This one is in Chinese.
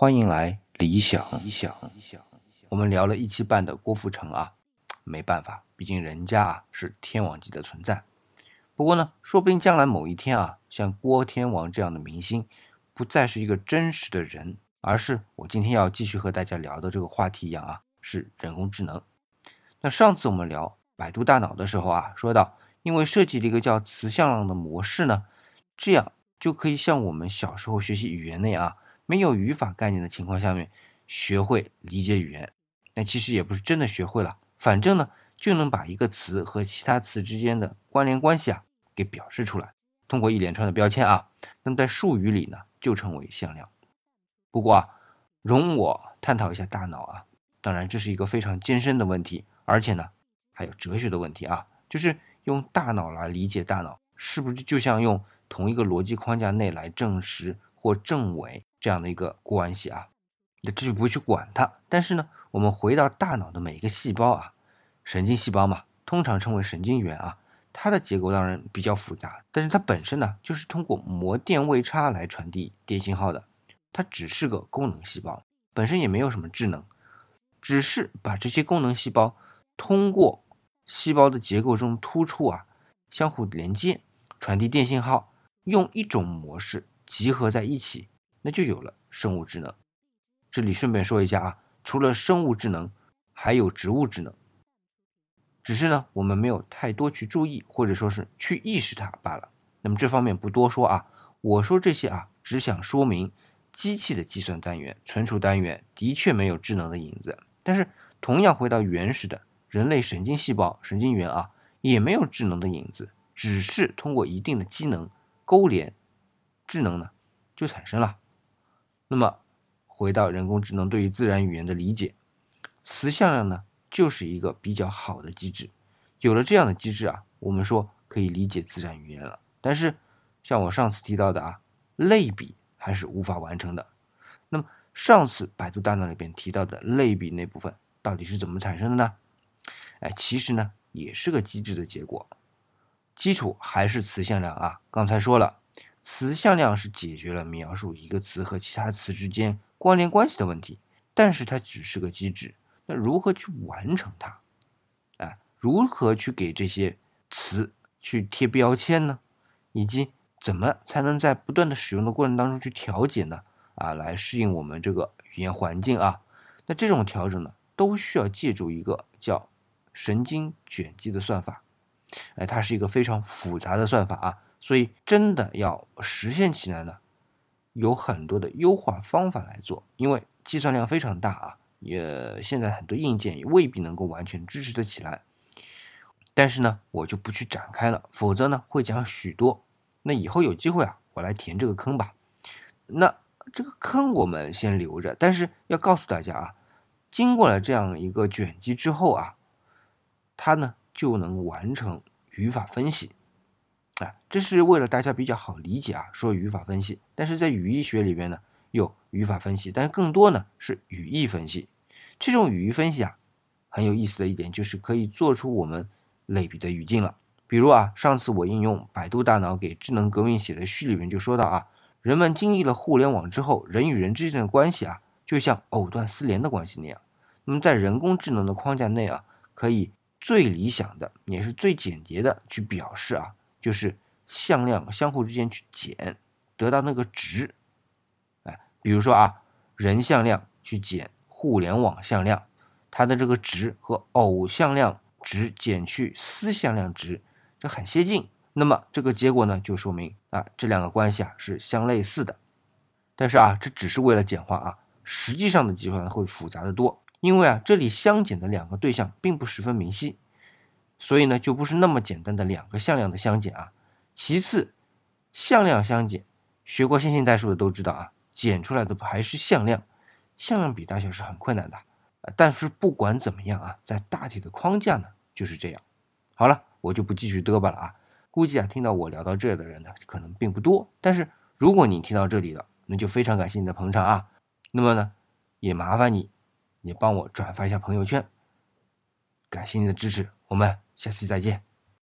欢迎来理想。我们聊了1期半的郭富城啊，没办法，毕竟人家啊是天王级的存在。不过呢，说不定将来某一天啊，像郭天王这样的明星，不再是一个真实的人，而是我今天要继续和大家聊的这个话题一样啊，是人工智能。那上次我们聊百度大脑的时候啊，说到因为设计了一个叫词向量的模式呢，这样就可以像我们小时候学习语言那样啊，没有语法概念的情况下面学会理解语言。但其实也不是真的学会了，反正呢就能把一个词和其他词之间的关联关系啊给表示出来，通过一连串的标签啊，那么在术语里呢就称为向量。不过啊，容我探讨一下大脑啊，当然这是一个非常艰深的问题，而且呢还有哲学的问题啊，就是用大脑来理解大脑，是不是就像用同一个逻辑框架内来证实或证伪这样的一个关系啊？那这就不会去管它。但是呢，我们回到大脑的每一个细胞啊，神经细胞嘛，通常称为神经元啊，它的结构当然比较复杂，但是它本身呢，就是通过膜电位差来传递电信号的，它只是个功能细胞，本身也没有什么智能，只是把这些功能细胞通过细胞的结构中突触啊，相互连接，传递电信号，用一种模式集合在一起，那就有了生物智能。这里顺便说一下啊，除了生物智能，还有植物智能，只是呢我们没有太多去注意，或者说是去意识它罢了。那么这方面不多说啊，我说这些啊，只想说明机器的计算单元、存储单元的确没有智能的影子，但是同样回到原始的人类神经细胞、神经元啊，也没有智能的影子，只是通过一定的机能勾连，智能呢就产生了。那么回到人工智能对于自然语言的理解，词向量呢就是一个比较好的机制。有了这样的机制啊，我们说可以理解自然语言了。但是像我上次提到的啊，类比还是无法完成的。那么上次百度大脑里边提到的类比那部分到底是怎么产生的呢？其实呢也是个机制的结果，基础还是词向量啊。刚才说了，词向量是解决了描述一个词和其他词之间关联关系的问题，但是它只是个机制。那如何去完成它？如何去给这些词去贴标签呢？以及怎么才能在不断的使用的过程当中去调节呢？来适应我们这个语言环境啊。那这种调整呢，都需要借助一个叫神经卷积的算法。它是一个非常复杂的算法啊，所以真的要实现起来呢，有很多的优化方法来做，因为计算量非常大啊，现在很多硬件也未必能够完全支持得起来。但是呢，我就不去展开了，否则呢会讲许多。那以后有机会啊，我来填这个坑吧。那这个坑我们先留着，但是要告诉大家啊，经过了这样一个卷积之后啊，它呢就能完成语法分析。这是为了大家比较好理解啊，说语法分析。但是在语义学里边呢，有语法分析，但是更多呢是语义分析。这种语义分析啊，很有意思的一点就是可以做出我们类比的语境了。比如啊，上次我应用百度大脑给智能革命写的序里面就说到啊，人们经历了互联网之后，人与人之间的关系啊，就像藕断丝连的关系那样。那么在人工智能的框架内啊，可以最理想的也是最简洁的去表示啊，就是向量相互之间去减，得到那个值。比如说啊，人向量去减互联网向量，它的这个值和偶向量值减去丝向量值，这很接近。那么这个结果呢，就说明这两个关系是相类似的。但是这只是为了简化实际上的计算会复杂的多，因为这里相减的两个对象并不十分明晰，所以呢就不是那么简单的两个向量的相减其次，向量相减，学过线性代数的都知道减出来的还是向量，向量比大小是很困难的。但是不管怎么样在大体的框架呢就是这样。好了，我就不继续嘚吧了估计听到我聊到这的人呢可能并不多，但是如果你听到这里了，那就非常感谢你的捧场那么呢也麻烦你也帮我转发一下朋友圈，感谢你的支持，我们下期再见。